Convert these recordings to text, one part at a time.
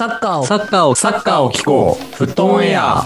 サッカーを聞こう。フットオンエア。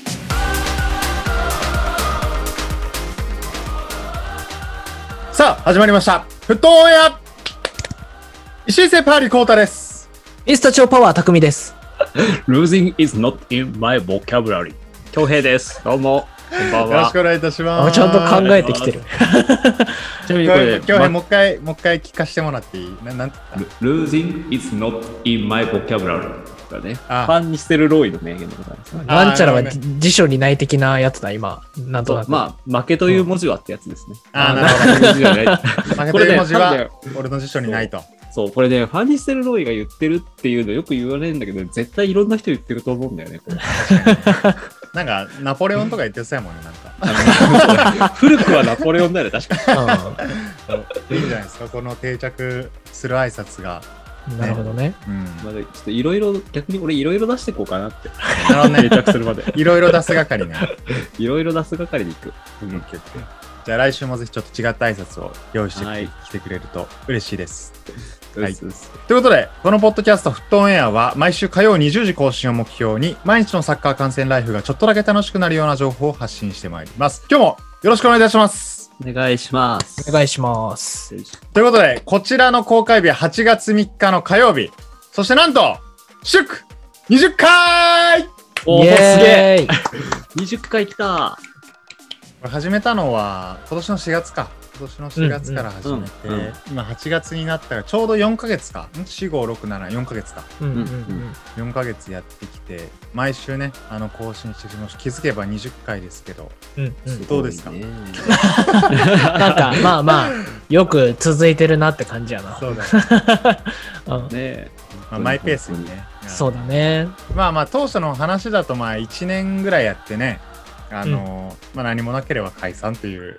さあ始まりました。フットオンエア。石井瀬パーリコータです。 ミスタチオパワー匠です。 Losing is not in my vocabulary。恭平です。どうも。こんばんは。 よろしくお願いいたします。 ちゃんと考えてきてる。 ちなみにこれ、 今日もう一回聞かせてもらっていい？なんて言った？ Losing is not in my vocabulary。がね、フあァンにしてるローイの名言でございます。 なんちゃらは辞書にない的なやつだ、今。なんとなく。 まあ、負けという文字はってやつですね。 なるほど。 負負けという文字は俺の辞書にないと。 そう、これね、ファンにしてるローイが言ってるっていうのよく言われるんだけど、絶対いろんな人言ってると思うんだよね。これなんかナポレオンとか言ってそうやもんね、なんか。 古くはナポレオンだよね、確かに。いいんじゃないですか、この定着する挨拶が。 なるほどね。 まだちょっといろいろ、逆に俺いろいろ出していこうかなって。 なるほどね。 定着するまで。 いろいろ出す係ね。 いろいろ出す係でいく。 じゃあ来週もぜひちょっと違った挨拶を用意してきてくれると嬉しいです。はい、ということでこのポッドキャストフットオンエアは毎週火曜20時更新を目標に毎日のサッカー観戦ライフがちょっとだけ楽しくなるような情報を発信してまいります。今日もよろしくお願いいたします。 お願いします。 お願いします。 ということでこちらの公開日は8月3日の火曜日、そしてなんと祝20回。 おー、すげえ20回来た。 これ始めたのは今年の4月か。今年の4月から始めて、今8月になったらちょうど4ヶ月か。4、5、6、7、4ヶ月か。4ヶ月やってきて、毎週ね、更新してきました。気づけば20回ですけど、どうですか？なんか、まあまあ、よく続いてるなって感じやな。 そうだね。マイペースにね。 そうだね。 まあまあ、当初の話だと、まあ1年ぐらいやってね、まあ何もなければ解散という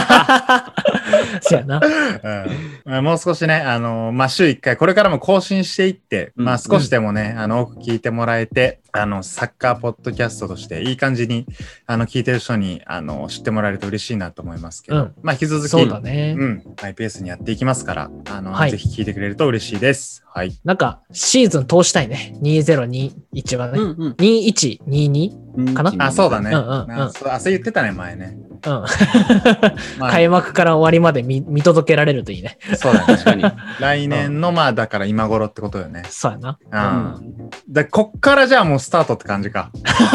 そうやな、 もう少しねまあ週1回これからも更新していって、まあ少しでもね多く聞いてもらえてサッカーポッドキャストとしていい感じに聞いてる人に知ってもらえると嬉しいなと思いますけど、まあ引き続きそうだね、 マイペースにやっていきますからぜひ聞いてくれると嬉しいです。はい。 なんかシーズン通したいね。2021はね、2122かな。 あ、そうだね。そう言ってたね前ね。 開幕から終わりまで見届けられるといいね。 そうだね。確かに。来年のまあだから今頃ってことよね。 そうやな。 こっからじゃあもうスタートって感じか。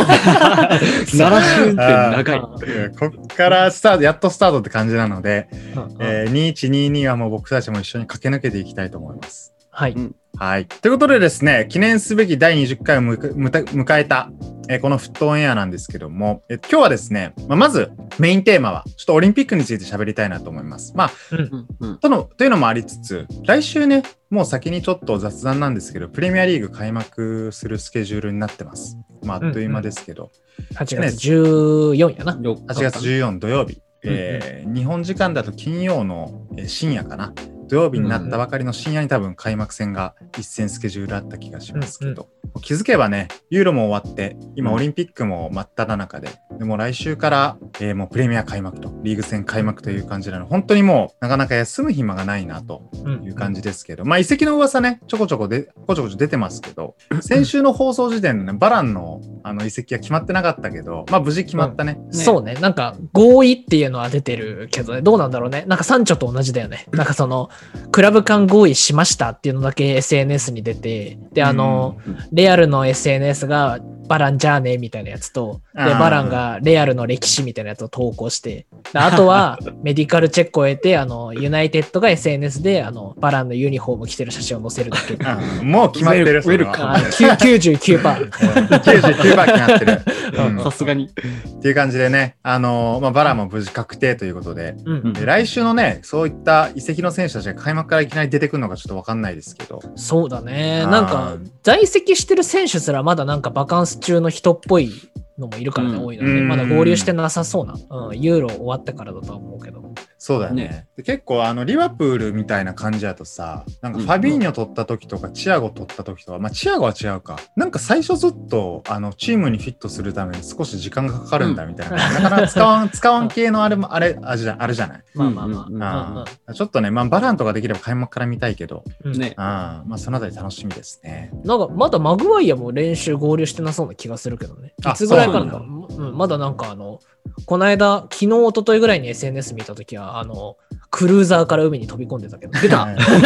7周って長い。 こっからやっとスタートって感じなので、2122はもう僕たちも一緒に駆け抜けていきたいと思います。 はい。 はい。ということでですね、記念すべき第20回を迎えた、このフットオンエアなんですけども、今日はですね、まずメインテーマはちょっとオリンピックについて喋りたいなと思います。まあ、というのもありつつ、来週ね、もう先にちょっと雑談なんですけど、プレミアリーグ開幕するスケジュールになってます。まあ、あっという間ですけど。 8月14やな。 8月14土曜日。日本時間だと金曜の深夜かな。土曜日になったばかりの深夜に多分開幕戦が一戦スケジュールあった気がしますけど、気づけばね、ユーロも終わって、今オリンピックも真っ只中で、でも来週から、もうプレミア開幕と、リーグ戦開幕という感じなので、本当にもうなかなか休む暇がないなという感じですけど、まあ移籍の噂ね、ちょこちょこ出てますけど、先週の放送時点でね、バランの移籍は決まってなかったけど、まあ無事決まったね。 そうね、なんか合意っていうのは出てるけどね、どうなんだろうね。なんかサンチョと同じだよね。なんかその、クラブ間合意しましたっていうのだけ SNS に出て、で、レアルの SNS がバランじゃあねみたいなやつと、で、バランがレアルの歴史みたいなやつを投稿して、あとはメディカルチェックを得て、ユナイテッドが SNS で、バランのユニフォーム着てる写真を載せるだけ。 もう決まってる。 99%。 99%決まってる。 さすがに。 っていう感じでね、バランも無事確定ということで、来週のね、そういった移籍の選手たちが開幕からいきなり出てくるのかちょっと分かんないですけど。 そうだね。なんか、在籍してる選手すらまだなんかバカンス中の人っぽいのもいるからね、多いので、まだ合流してなさそうな、ユーロ終わってからだとは思うけど。 そうだよね。で結構リバプールみたいな感じだとさ、なんかファビーニョ取った時とか、チアゴ取った時とか、まあチアゴは違うか。なんか最初ずっとチームにフィットするために少し時間がかかるんだみたいな。なかなか使わん系のあれじゃない。 まあまあまあ。 ちょっとね、まあバランとかできれば開幕から見たいけど、 ね。 まあそのあたり楽しみですね。 なんかまだマグワイアも練習合流してなそうな気がするけどね。いつぐらいかな。まだなんかこの間、昨日、一昨日ぐらいに SNS 見たときは、クルーザーから海に飛び込んでたけど。出た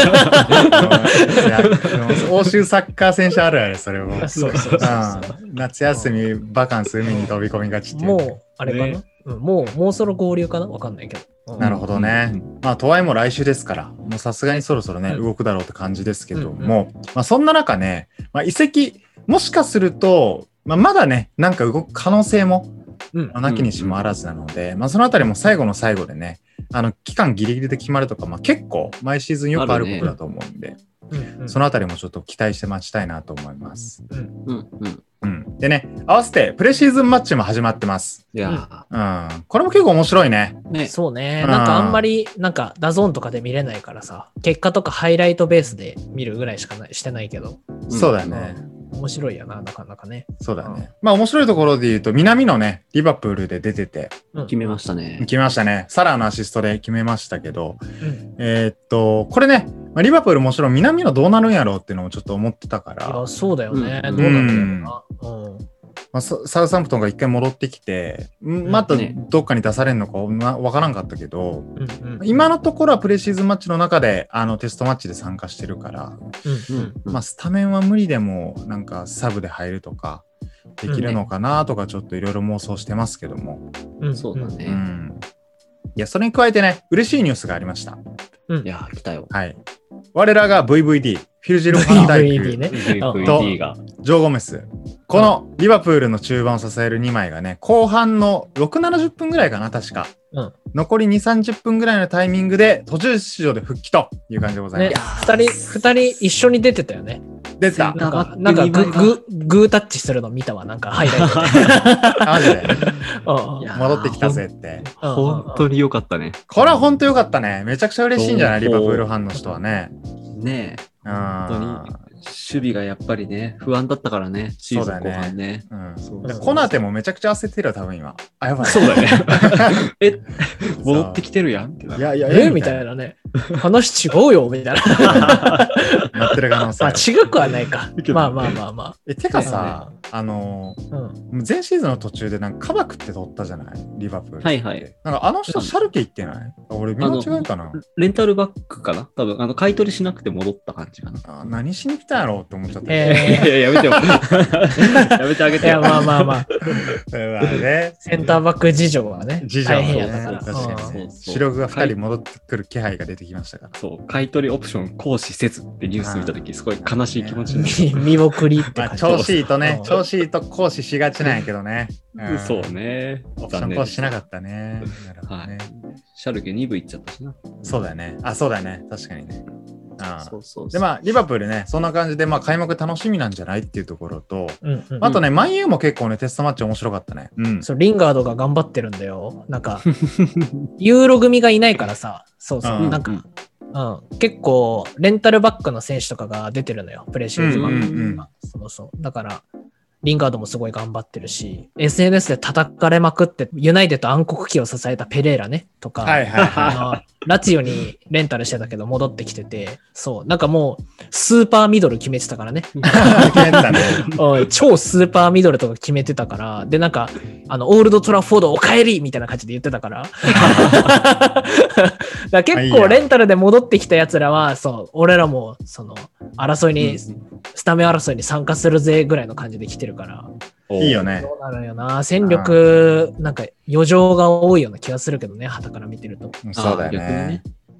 欧州サッカー選手あるある、それも。 そう。 夏休み、バカンス、海に飛び込みがちっていう。 もう、あれかな、もうそろ合流かなわかんないけど。 なるほどね。まあ、とはいえも来週ですから、もうさすがにそろそろね、動くだろうって感じですけども、まあ、そんな中ね、まあ、移籍、もしかすると、まだね、なんか動く可能性も、なきにしもあらずなので、まあそのあたりも最後の最後でね、期間ギリギリで決まるとか、まあ結構毎シーズンよくあることだと思うんで、そのあたりもちょっと期待して待ちたいなと思います。でね、合わせてプレシーズンマッチも始まってます。 いや、 これも結構面白いね。 そうね。なんかあんまり、なんかダゾーンとかで見れないからさ、結果とかハイライトベースで見るぐらいしかしてないけど。 そうだよね。 面白いよな、なかなかね。 そうだね。まあ面白いところで言うと、南のね、リバプールで出てて。 決めましたね。 決めましたね。サラーのアシストで決めましたけど、これね、リバプールもちろん南のどうなるんやろうっていうのもちょっと思ってたから。 いや、そうだよね。どうなんだろうな。 まあ、サウサンプトンが一回戻ってきて、またどっかに出されるのかわからんかったけど、今のところはプレシーズンマッチの中でテストマッチで参加してるから、まあスタメンは無理でもなんかサブで入るとかできるのかなとかちょっといろいろ妄想してますけども。 そうだね。 いや、それに加えてね、嬉しいニュースがありました。 いや、来たよ。 はい。我らが VVD、フィルジル・ファンダイクとジョー・ゴメス。このリバプールの中盤を支える2枚がね、後半の6、70分ぐらいかな、確か。残り2、30分ぐらいのタイミングで途中出場で復帰という感じでございます。 2人一緒に出てたよね。 出た。 なんかグータッチするの見たわ、なんかハイライトで。 マジで戻ってきたぜって。 本当に良かったね。 これは本当良かったね。めちゃくちゃ嬉しいんじゃないリバプールファンの人はね。 ねえ。本当に。守備がやっぱりね、不安だったからね、シーズン後半ね。 コナテもめちゃくちゃ焦ってるよ、多分今。 あ、やばい。そうだね。戻ってきてるやん。 いや、 みたいなね。話違うよ、みたいな。 なってる可能性。 まあ、違くはないか。まあ。 てかさ、前シーズンの途中でなんかカバクって取ったじゃないリバプール。 はいはい。 なんかシャルケ行ってない俺見間違いかなレンタルバックかな多分、買い取りしなくて戻った感じかな。 何しに来たんやろうって思っちゃった。 やめてよ。やめてあげてよ。 まあ。 ね、 センターバック事情はね、大変やったから。 確かにね。主力が2人戻ってくる気配が出てきましたから。 そう、買い取りオプション行使せずってニュース見たとき、すごい悲しい気持ちになる。見送りって感じ。 調子いいと行使しがちなんやけどね。 そうね。 オプション行使しなかったね。 シャルケ2部行っちゃったしな。 そうだよね。そうだよね。確かにね。でリバプールねそんな感じで開幕楽しみなんじゃないっていうところと、あとねマンユーも結構ねテストマッチ面白かったね。 そうリンガードが頑張ってるんだよ。なんかユーロ組がいないからさ、なんか結構レンタルバックの選手とかが出てるのよ、プレシーズンは。だからリンガードもすごい頑張ってるし、SNS で叩かれまくってユナイテッド暗黒期を支えたペレーラねとか、ラツィオにレンタルしてたけど戻ってきてて、なんかもうスーパーミドル決めてたからね。決めてたね。超スーパーミドルとか決めてたから、でなんかオールドトラフォードお帰りみたいな感じで言ってたから。だ結構レンタルで戻ってきたやつらは、俺らも争いに、スタメン争いに参加するぜぐらいの感じで来てるから。 いいよね。 そうなのよな。戦力、なんか余剰が多いような気がするけどね、旗から見てると。 そうだよね。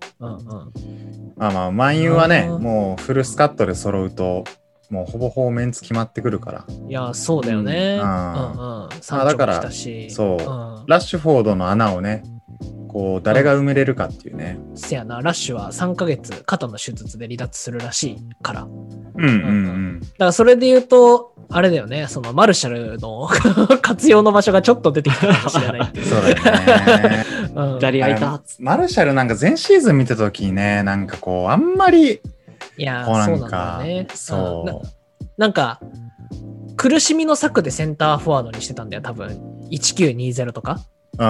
マンユーはね、もうフルスカットで揃うと、もうほぼほぼメンツ決まってくるから。 いや、そうだよね。 だから、ラッシュフォードの穴をね、誰が埋めれるかっていうね。 せやな、ラッシュは3ヶ月肩の手術で離脱するらしいから。だからそれで言うと、 あれだよね、そのマルシャルの活用の場所がちょっと出てきたかもしれないっていう。 そうだよね。 左空いた。 マルシャルなんか前シーズン見てた時にね、なんかこう、あんまり、 いやこうなんそうなんか、 だよね。 そう。 なんか、苦しみの策でセンターフォワードにしてたんだよ、多分。1920とか。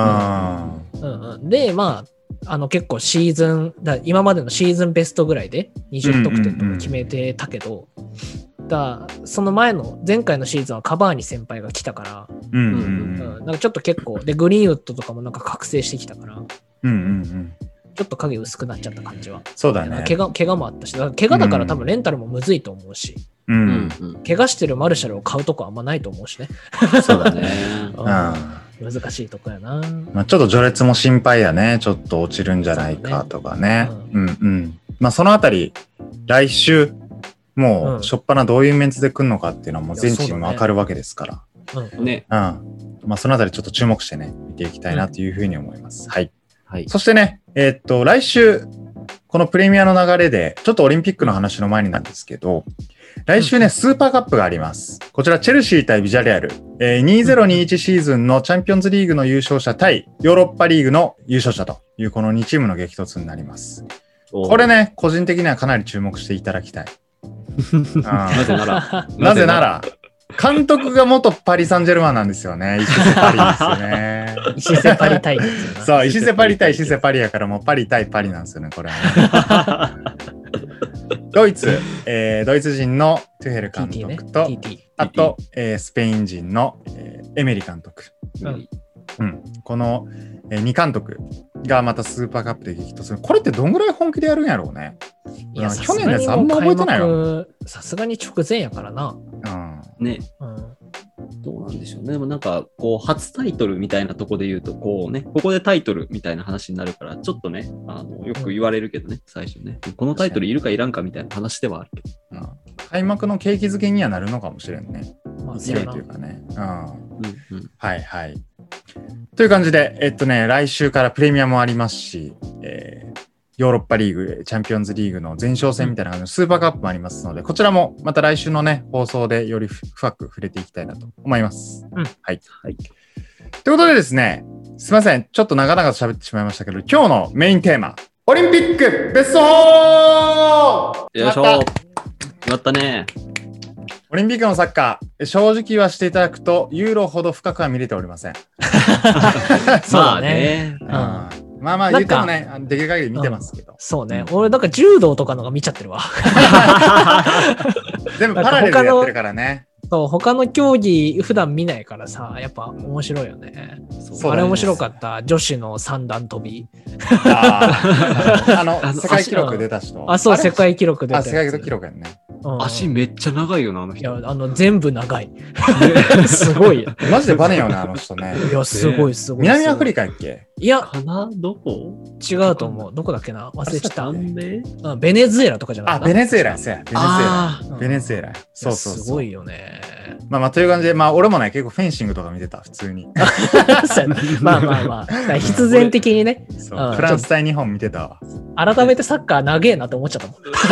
で、まあ、結構シーズン、今までのシーズンベストぐらいで20得点とか決めてたけど、その前回のシーズンはカバーニ先輩が来たから、なんかちょっと結構、で、グリーンウッドとかもなんか覚醒してきたから、ちょっと影薄くなっちゃった感じは。 そうだね。 怪我もあったし、怪我だから多分レンタルもむずいと思うし、怪我してるマルシャルを買うとこあんまないと思うしね。 そうだね。 難しいとこやな。 まあ、ちょっと序列も心配やね。ちょっと落ちるんじゃないかとかね。まあそのあたり、来週、もう、しょっぱなどういうメンツで来るのかっていうのはもう全チームわかるわけですから。 ね。 まあそのあたりちょっと注目してね、見ていきたいなというふうに思います。はい。 はい。 そしてね、来週、このプレミアの流れで、ちょっとオリンピックの話の前になんですけど、来週ね、スーパーカップがあります。こちら、チェルシー対ビジャレアル。2021シーズンのチャンピオンズリーグの優勝者対ヨーロッパリーグの優勝者というこの2チームの激突になります。これね、個人的にはかなり注目していただきたい。なぜなら、監督が元パリ・サンジェルマンなんですよね。イシセパリですよね。 イシセパリ対そう、イシセパリ対イシセパリやからもうパリ対パリなんですよね、これは、ね。ドイツ人のトゥヘル監督と、あと、スペイン人の、エメリ監督。この、2監督がまたスーパーカップで激突する。これってどんぐらい本気でやるんやろうね。いや、去年のやつあんま覚えてないよ。 さすがに直前やからな。 ね。どうなんでしょうね。でもなんか、こう、初タイトルみたいなとこで言うと、こうね、ここでタイトルみたいな話になるから、ちょっとね、よく言われるけどね、最初ね。このタイトルいるかいらんかみたいな話ではあるけど。 開幕の景気づけにはなるのかもしれんね。 強いというかね。はいはい。という感じで、来週からプレミアもありますし、ヨーロッパリーグ、チャンピオンズリーグの前哨戦みたいな感じのスーパーカップもありますので、こちらもまた来週のね、放送でより深く触れていきたいなと思います。はい。ということでですね、すいません。ちょっと長々と喋ってしまいましたけど、今日のメインテーマ、オリンピックベスト 4! よいしょ。決まったね。 オリンピックのサッカー、正直はしていただくと、ユーロほど深くは見れておりません。 そうだね。 まあ言ってもね、できる限り見てますけど。 そうね。俺、なんか柔道とかのが見ちゃってるわ。 全部パラレルでやってるからね。 そう、他の競技普段見ないからさ、やっぱ面白いよね。あれ面白かった。女子の三段跳び。 世界記録出た人。 そう、世界記録出た。 世界記録やね。 足めっちゃ長いよな、あの人。 いや、全部長い。すごいよ。 マジでバネよね、あの人ね。 いや、すごいすごい。 南アフリカやっけ？ いや、 どこ？ 違うと思う。どこだっけな？忘れちゃった。ベネズエラとかじゃない？ ベネズエラや。ベネズエラ。そう。 すごいよね。 という感じで、俺もね、結構フェンシングとか見てた、普通に。 まあ。必然的にね。 フランス対日本見てたわ。 改めてサッカー長えなと思っちゃった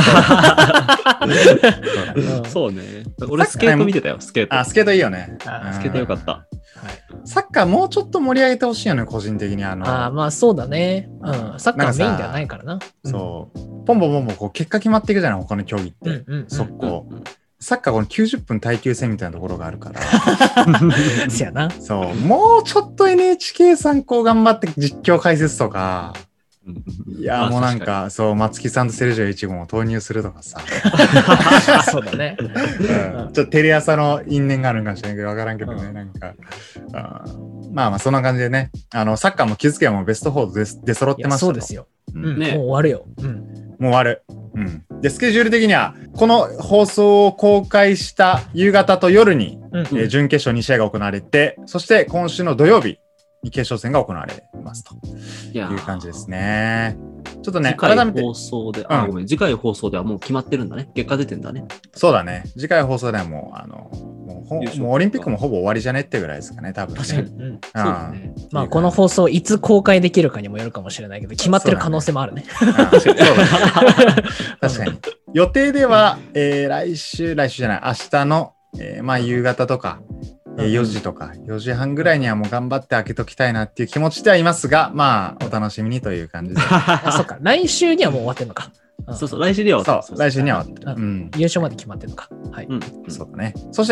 もん。そうね。俺スケート見てたよ、スケート。 スケートいいよね。 スケートよかった。 サッカーもうちょっと盛り上げてほしいよね、個人的に。 まあそうだね。サッカーメインではないからな。 そう。ポンポンこう結果決まっていくじゃない、他の競技って。速攻。サッカーこの90分耐久戦みたいなところがあるから。 そうやな。 そう。もうちょっと NHK さんこう頑張って実況解説とか。いや、もうなんか、そう、松木さんとセルジオイチゴも投入するとかさ。 そうだね。 ちょっとテレ朝の因縁があるんかもしれないけど、わからんけどね、なんか。まあ、そんな感じでね、サッカーも気づけばもうベスト4出揃ってました。 そうですよ。もう終わるよ。 もう終わる。で、スケジュール的には、この放送を公開した夕方と夜に、準決勝2試合が行われて、そして今週の土曜日に決勝戦が行われますという感じですね。ちょっとね、改めて。 次回放送ではもう決まってるんだね。結果出てんだね。 そうだね。次回放送ではもうオリンピックもほぼ終わりじゃねってぐらいですかね、多分ね。 確かに。そうだね。 まあ、この放送いつ公開できるかにもよるかもしれないけど、決まってる可能性もあるね。 確かに。予定では、来週じゃない、明日のまあ夕方とか、4時とか4時半ぐらいにはもう頑張って開けときたいなっていう気持ちではいますが、まあお楽しみにという感じで。 あ、そっか。来週にはもう終わってんのか。 そうそう、来週には終わってる。 来週には終わってる。 優勝まで決まってんのか。はい。 そうだね。そして、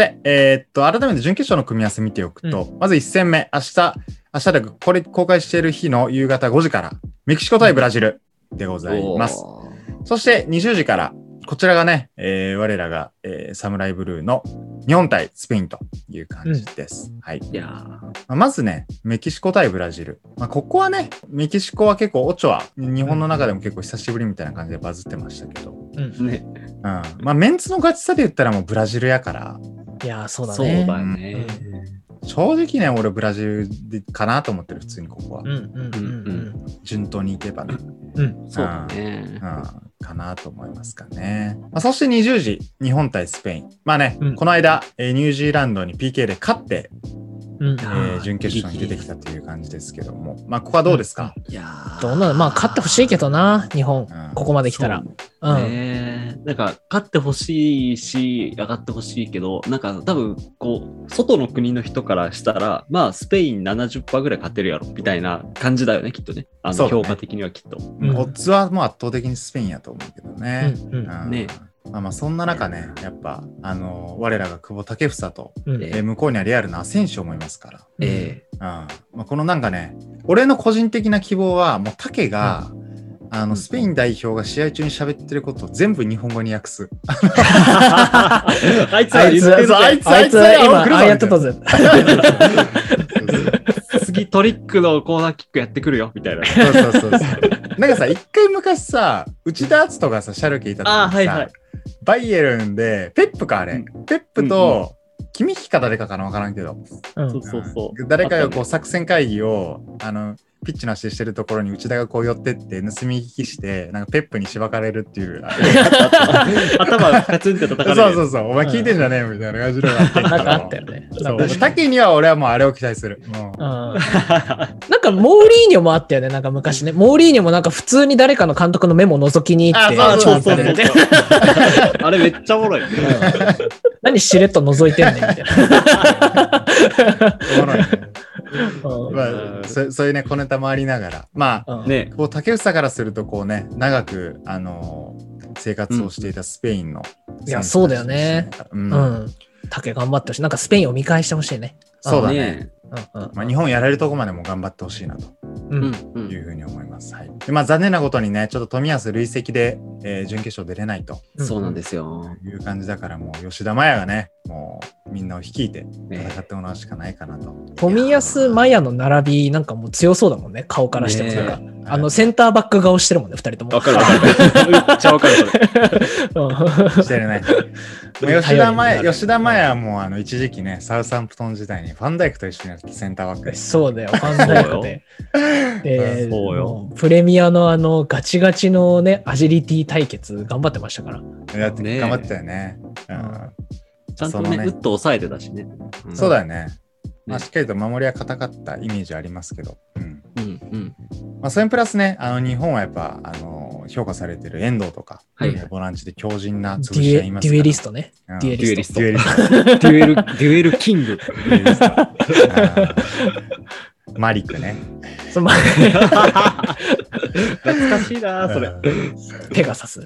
改めて準決勝の組み合わせ見ておくと、まず1戦目、明日でこれ公開している日の夕方5時から、メキシコ対ブラジルでございます。そして20時から、こちらがね、我らが、サムライブルーの日本対スペインという感じです。はい。いやまずね、メキシコ対ブラジル。まあ、ここはね、メキシコは結構オチョア、日本の中でも結構久しぶりみたいな感じでバズってましたけど。ね。まあ、メンツのガチさで言ったらもうブラジルやから。 いやそうだね。 そうだよね。 正直ね、俺ブラジルかなと思ってる、普通にここは。順当にいけばね。 そうだね。 かなと思いますかね。まあ、そして20時、日本対スペイン。まあね、この間、ニュージーランドに PK で勝って、準決勝に出てきたという感じですけども、まあ、ここはどうですか？ いやどうなの？まあ、勝ってほしいけどな、日本、ここまで来たら。 なんか、勝ってほしいし、上がってほしいけど、なんか、多分、こう、外の国の人からしたら、まあ、スペイン 70% ぐらい勝てるやろ、みたいな感じだよね、きっとね。評価的にはきっと。 オッズはもう圧倒的にスペインやと思うけどね。ね。まあそんな中ね、やっぱ、我らが久保建英と、向こうにはリアルなアセンシオもいますから。まあ、このなんかね、俺の個人的な希望は、もうタケが、スペイン代表が試合中に喋ってることを全部日本語に訳す。 あいつ今、やってたぜ。 次トリックのコーナーキックやってくるよ、みたいな。 そう。なんかさ、一回昔さ、内田篤人がさ、シャルケいた時にさ、バイエルンで、ペップかあれ。ペップと、キミヒか誰かかな分からんけど。誰かがこう作戦会議を、ピッチの足してるところに内田がこう寄ってって盗み聞きして、なんかペップにしばかれるっていう。 頭カツンって叩かれる。 そう。お前聞いてんじゃねえみたいな感じのがあって。 なんかあったよね。 タケには俺はもうあれを期待する。 なんかモーリーニョもあったよね。なんか昔ね。モーリーニョもなんか普通に誰かの監督のメモを覗きに行って。 そう。あれめっちゃおもろい。 何しれっと覗いてんねんみたいな。 おもろいね。そういうね小ネタもありながらまあねこう竹内からするとこうね長く生活をしていたスペインのいやそうだよね竹頑張ってほしいなんかスペインを見返してほしいねそうだねまあ日本やれるとこまでも頑張ってほしいなというふうに思います。はい。でまあ残念なことにねちょっと冨安累積で準決勝出れないとそうなんですよいう感じだからもう吉田麻也がねもうみんなを率いて戦ってもらうしかないかなと。 冨安麻也の並びなんかもう強そうだもんね顔からしてもなんかセンターバック顔してるもんね2人とも。 わかるめっちゃわかるそれ。 してるね。吉田麻也はもう一時期ねサウサンプトン時代にファンダイクと一緒にやってセンターバックそうだよファンダイクで。プレミアのガチガチのねアジリティ対決頑張ってましたから。 頑張ってたよね。 ちゃんとねウッド抑えてたしね。 そうだよね。まあしっかりと守りは硬かったイメージありますけど。まあそれにプラスね日本はやっぱ評価されてる遠藤とかボランチで強靭な潰し合いますから。 デュエリストね。 デュエルキング。 マリックね。 懐かしいなそれ。 ペガサス。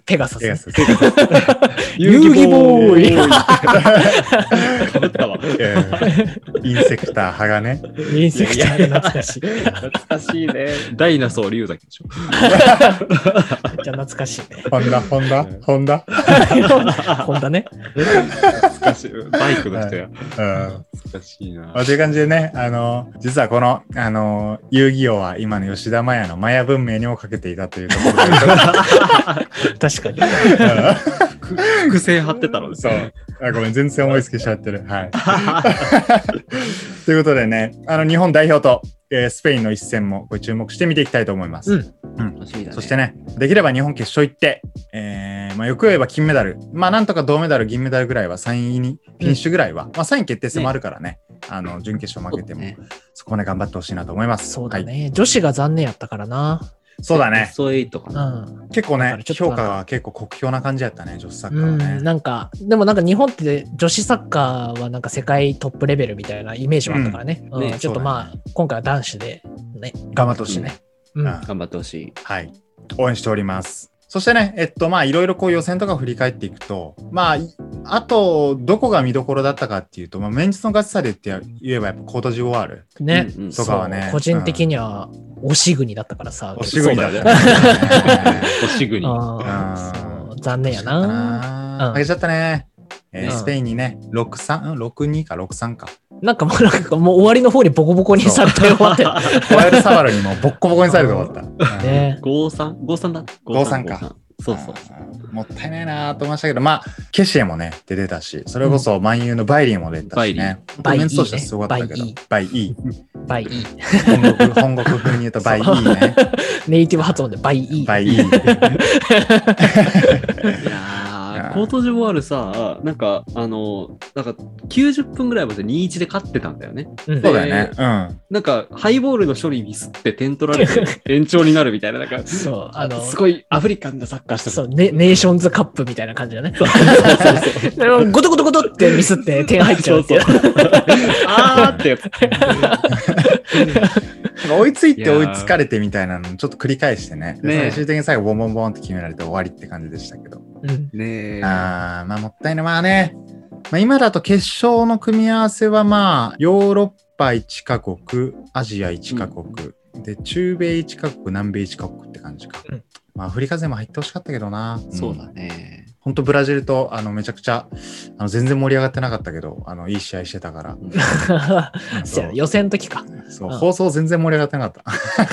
遊戯ボーイ。 かぶったわ。 インセクター派がね。 インセクター懐かしい。 懐かしいね。ダイナソー龍崎でしょ。 めっちゃ懐かしいね。 ホンダね。 懐かしい。バイクの人や。懐かしいな。 という感じでね、実はこの、遊戯王は今の吉田麻也のマヤ文明にもかけていたというところで。 確かに。 伏線張ってたのです。 そう。ごめん、全然思いつきしちゃってる。はい。ということでね、日本代表と、スペインの一戦もこれ注目して見ていきたいと思います。そしてね、できれば日本決勝行って、よく言えば金メダル、なんとか銅メダル、銀メダルぐらいは3位に、フィニッシュぐらいは、3位決定戦もあるからね、準決勝負けても、そこまで頑張ってほしいなと思います。 そうだね。女子が残念やったからな。 そうだね。 ベスト8かうな。 ん。 結構ね、 ちょっとなんか評価が結構酷評な感じやったね、女子サッカーはうん、 ね。 なんか、でもなんか日本って女子サッカーはなんか世界トップレベルみたいなイメージはあったからね。 うんねちょっとまあ、今回は男子でね、 頑張ってほしいね。 うん。 うん頑張ってほしい。 はい。応援しております。そしてね、まあ、いろいろこう予選とか振り返っていくと、まあ、あと、どこが見どころだったかっていうと、まあ、メンツのガチさでって言えばやっぱコートジボワールね、 うんうんとかはねそう個人的には押し国だったからさ。 おしぐりだね。 おしぐに。 そう残念やな。うん負けちゃったね。 うんスペインにね、6-3、6-2か6-3か。 なんかもう終わりの方にボコボコにされて終わって。 ホワイルサバルにもボッコボコにされて終わった。 ね。 5-3だ。 5-3か。 そうそう。 もったいないなと思いましたけど、まあ、ケシエもね、出たし、それこそ万有のバイリーも出たしね。 バイリーメンツとしてはすごかったけど、バイイー。 バイイー。 本国風に言うとバイイーね。 ネイティブ発音でバイイー。 バイイー。 いやー、コートジボワールさ、なんか90分ぐらいまで 2-1 で勝ってたんだよね。 うんそうだよね。うん。 なんか、ハイボールの処理ミスって点取られて延長になるみたいな、なんか、 そう、 すごいアフリカンなサッカーしてそう、ネーションズカップみたいな感じだね。でもゴトゴトゴトってミスって点入っちゃうっていう。 あーってやつ。 追いついて追いつかれてみたいなのちょっと繰り返してね。 ね最終的に最後ボンボンボンって決められて終わりって感じでしたけど。 うんねえ。 まあもったいない。まあね、まあ、今だと決勝の組み合わせはまあヨーロッパ1カ国、アジア1カ国、で中米1カ国、南米1カ国って感じか。 うんまあアフリカ勢も入ってほしかったけどな。 そうだね。 本当ブラジルとめちゃくちゃ全然盛り上がってなかったけどいい試合してたから。 そうや予選の時か。 そう、 うん放送全然盛り上がってなか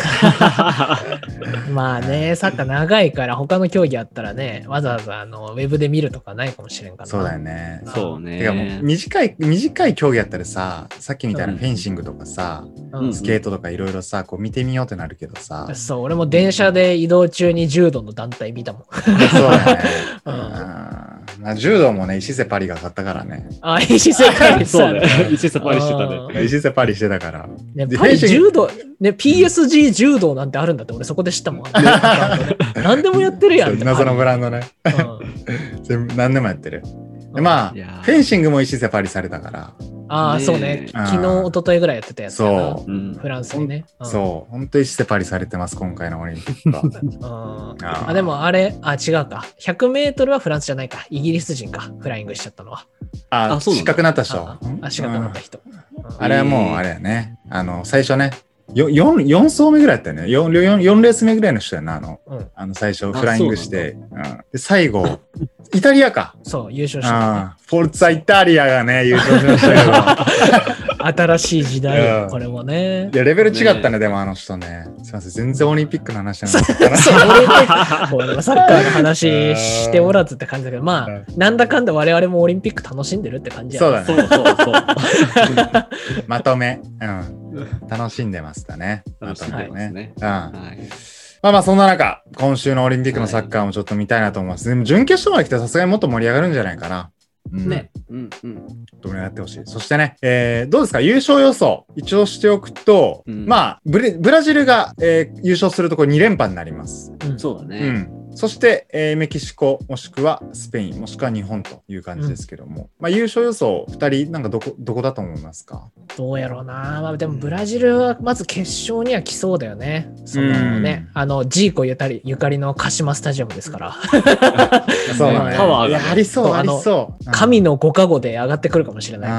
った。 まあね、サッカー長いから他の競技あったらね、わざわざウェブで見るとかないかもしれんからな。 そうだよね。 そうね。 てかもう短い競技やったらさ、さっきみたいなフェンシングとかさ、 うんスケートとかいろいろさ、こう見てみようってなるけどさ、 そう、俺も電車で移動中に柔道の団体見たもん。 そうだよね。 うんまあ柔道もね、石瀬パリが勝ったからね。 あ、石世界そうね。石瀬パリしてたね。 石瀬パリしてたから。 ね、パリ柔道、ね、PSG 柔道なんてあるんだって俺そこで知ったもん。何でもやってるやんって。 謎のブランドね。 うん全部何でもやってる。でまあ、 いやーフェンシングも石瀬パリされたから。 ああ、 ねそうね。 うん昨日、一昨日ぐらいやってたやつだな。 そううんフランスにね。うんそう。本当石瀬パリされてます、今回のオリンピックは。 うんあでもあれ、違うか。100メートルはフランスじゃないか。イギリス人か。フライングしちゃったのは。 失あそうなんだ格になった人。 足がなった人。 あれはもう、あれやね。最初ね、4走目ぐらいやったよね。4レース目ぐらいの人やな、 うん最初フライングして。で、最後、イタリアか。 そう、優勝した、ね。 フォルツァイタリアがね、優勝しました新しい時代よ、 うんこれもねけど。い。や、レベル違ったね、でもあの人ね。すいません、全然オリンピックの話じゃなかったな。 そう、俺もサッカーの話しておらずって感じだけど、まあ、なんだかんだ我々もオリンピック楽しんでるって感じやそうだね。 そうそうそう。 まとめ。楽しんでましたね。 楽しんでますね。 まはい。 あまあそんな中、今週のオリンピックのサッカーもちょっと見たいなと思います。でも準決勝まで来たらさすがにもっと盛り上がるんじゃないかな。 ね。うんうん。 どれやってほしい。そしてね、どうですか優勝予想。一応しておくと、まあブラジルが、優勝するところ2連覇になります。 そうだね。 そして、メキシコもしくはスペインもしくは日本という感じですけども、まあ優勝予想2人なんかどこだと思いますか？ どうやろうな。まあ、でもブラジルはまず決勝には来そうだよね。そのね、ジーコゆかりの鹿島スタジアムですから。 そうだね。 パワーがありそう、ありそう。 神のご加護で上がってくるかもしれない。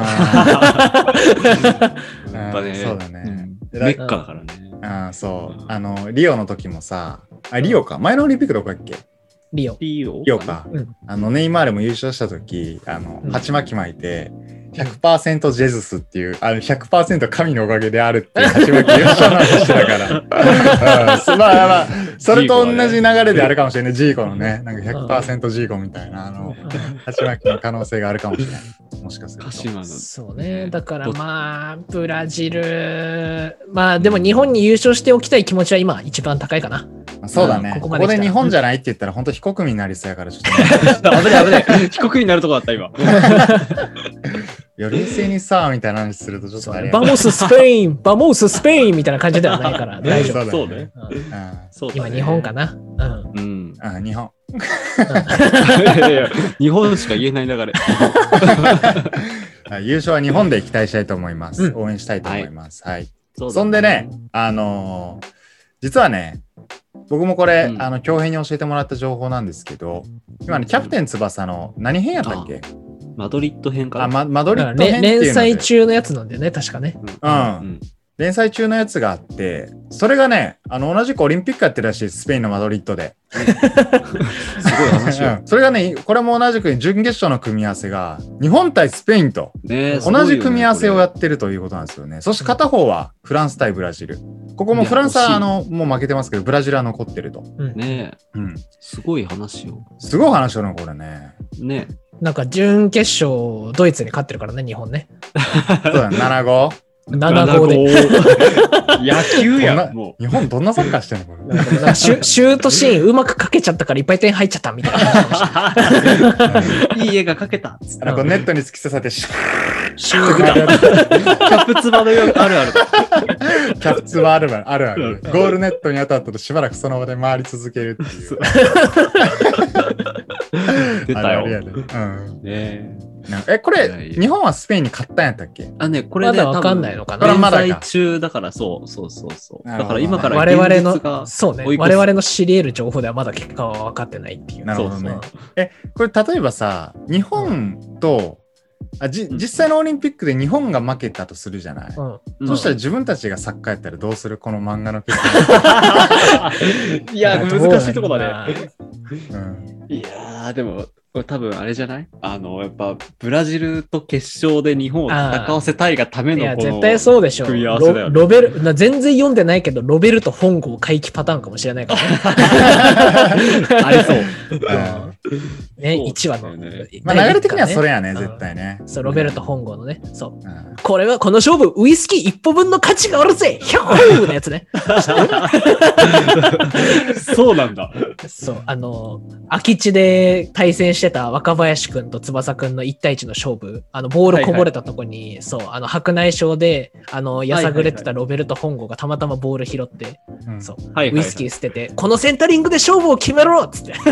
やっぱね。 そうだね。 メッカだからね。 そう。リオの時もさ、リオか。前のオリンピックどこだっけ？ リオか。 うんネイマールも優勝した時、鉢巻き巻いて、100% ジェズスっていう、100% 神のおかげであるっていう鉢巻き優勝なんしてたから。まあ、それと同じ流れであるかもしれない。ジーコのね、なんか 100% ジーコみたいな、鉢巻きの可能性があるかもしれない。もしかすると。 そうね。だからまあ、ブラジル、まあでも日本に優勝しておきたい気持ちは今一番高いかな。 そうだね。ここここまで来たらで日本じゃないって言ったら本当非国民になりそうやからちょっとね危ない危ない。被告になるとこだった、今。 より冷静にさみたいな話するとちょっとあれやバモススペイン、バモススペインみたいな感じではないから大丈夫。 そうね。 うんうんそうだね今日本かな。うん。 うん。 あ日本。 いやいや日本しか言えない流れ。 優勝は日本で期待したいと思います。 うん応援したいと思います。はい。 そうだねそんでね、実はね、僕もこれ、 うん恭平に教えてもらった情報なんですけど、今ね、キャプテン翼の何編やったっけ？ マドリッド編かな。 マドリッド編っていうので連載中のやつなんだよね、確かね。 うん連載中のやつがあって、それがね、同じくオリンピックやってるらしい、スペインのマドリッドで。 すごい話よ。 それがね、これも同じく準決勝の組み合わせが、日本対スペインとね同じ組み合わせをやっってるということなんですよね。そして片方はフランス対ブラジル。ここもフランスはもう負けてますけど、ブラジルは残ってると。 ねうん。 すごい話よ。 すごい話だな、これね。 ねなんか準決勝、ドイツに勝ってるからね、日本ね。 そうだ、7-5。 7-5で。 野球やどんん、も日本どんなサッカーしてんのこれ。 なんかシュートシーンうまくかけちゃったからいっぱい点入っちゃったみたいな。 う。いい絵が描けた。つってこうネットに突き刺さってシュシュートーキャプツバのようあるある。 キャプツはあるあるある。ゴールネットに当たったとしばらくその場で回り続けるっていう。 出たよ。 あるあるやでうんねこれいやいや日本はスペインに勝ったんやったっけ？ あ、ね、これね、 まだわかんないのかなこれはまだか連載中だから、そうそうそうそう。 なるほどだから今から我々 現実がの、そうね、 追い越す我々の知り得る情報ではまだ結果は分かってないっていう。 なるほどねそうこれ例えばさ、日本と実際のオリンピックで日本が負けたとするじゃない、 そううんそしたら自分たちがサッカーやったらどうするこの漫画の結いや、 うん難しいとこだね。 果、うんいやー、でも、これ多分あれじゃないやっぱ、ブラジルと決勝で日本を戦わせたいがためいや、 のこの絶対そうでしょ。 組み合わせだよねロベル、全然読んでないけど、ロベルト本郷回帰パターンかもしれないからね。 ありそう。 ね、 そう 1話の。 ねまあ、流れ的にはそれやね、 うん絶対ね。 そう、ロベルト本郷のね。そう。 うんこれは、この勝負、ウイスキー一歩分の価値があるぜヒョーのやつね。 そうなんだ。 そう、空き地で対戦してた若林くんと翼くんの1対1の勝負、ボールこぼれたとこに、そう、白内障で、やさぐれてたロベルト本郷がたまたまボール拾って、 うんそう、 はいはいはいウイスキー捨てて、このセンタリングで勝負を決めろっつって。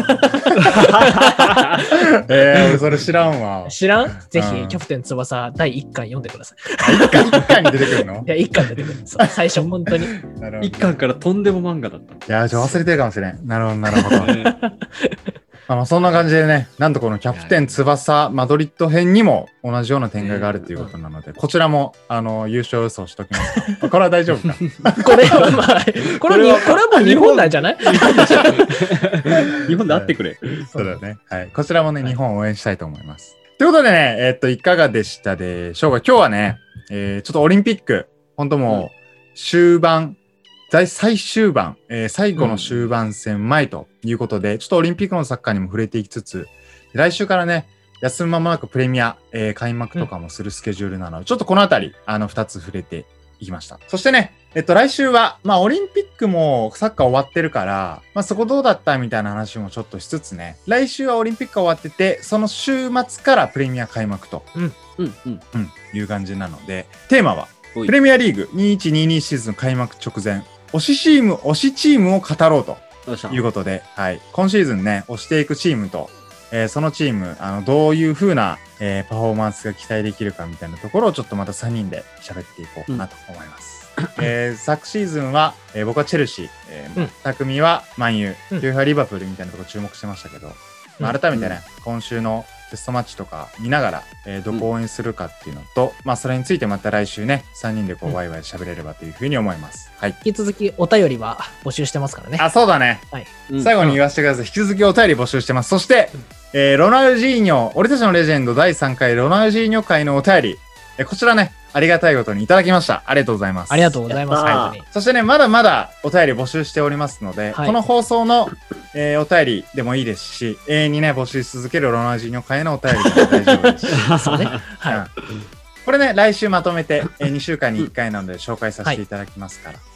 俺それ知らんわ。 知らんぜひ、 うんキャプテン翼第1巻読んでください。 一回に出てくるのいや、1巻出てくる。そう最初、本当に。 なるほど一巻からとんでも漫画だった。 いや、忘れてるかもしれん。なるほど、なるほど。そんな感じでね、なんとこのキャプテン翼マドリッド編にも同じような展開があるということなので、こちらも優勝予想しときます。これは大丈夫か。 これは、まあ、これはもう日本なんじゃない日本で会ってくれ。 そうだね。はい。こちらもね、日本を応援したいと思います。ということでね、いかがでしたでしょうか。今日はね、ちょっとオリンピック、本当もう終盤、最終盤、最後の終盤戦前ということで、ちょっとオリンピックのサッカーにも触れていきつつ、来週からね、休む間もなくプレミア、開幕とかもするスケジュールなので、ちょっとこのあたり、2つ触れていきました。そしてね、来週は、まあ、オリンピックもサッカー終わってるから、まあ、そこどうだったみたいな話もちょっとしつつね、来週はオリンピックが終わってて、その週末からプレミア開幕と、いう感じなので、テーマは、 おいプレミアリーグ2122シーズン開幕直前、推しチームを語ろうとよっしゃいうことで、はい。今シーズンね、推していくチームと、そのチーム、どういう風な、パフォーマンスが期待できるかみたいなところをちょっとまた3人で喋っていこうかなと思います。昨シーズンは、僕はチェルシー、匠はマンユー、 うんキューハリバプールみたいなところ注目してましたけど、まあ、改めてね、今週のテストマッチとか見ながら、どこを応援するかっていうのと、まあそれについてまた来週ね、3人でこうワイワイ喋れればというふうに思います。はい。 引き続きお便りは募集してますからね。 あ、そうだね。最後に言わせてください。引き続きお便り募集してます。そして、ロナウジーニョ、俺たちのレジェンド第3回ロナウジーニョ会のお便り、こちらね、ありがたいことにいただきました。ありがとうございます。 ありがとうございます。 やったー本当にそしてね、まだまだお便り募集しておりますので、 はいこの放送の、お便りでもいいですし、永遠にね、募集し続けるロナウジーニョ会のお便りでも大丈夫ですし。 そうね。はうんこれね、来週まとめて、2週間に1回なので紹介させていただきますから、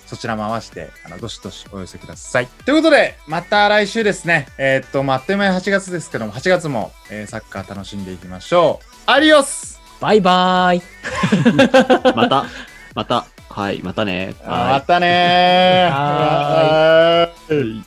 そちらも合わせて、どしどしお寄せください。ということで、また来週ですね。あっという間に8月ですけども、8月も、サッカー楽しんでいきましょう。アディオス。 バイバーイ。 またね。 またねー。 はーい。 はーい。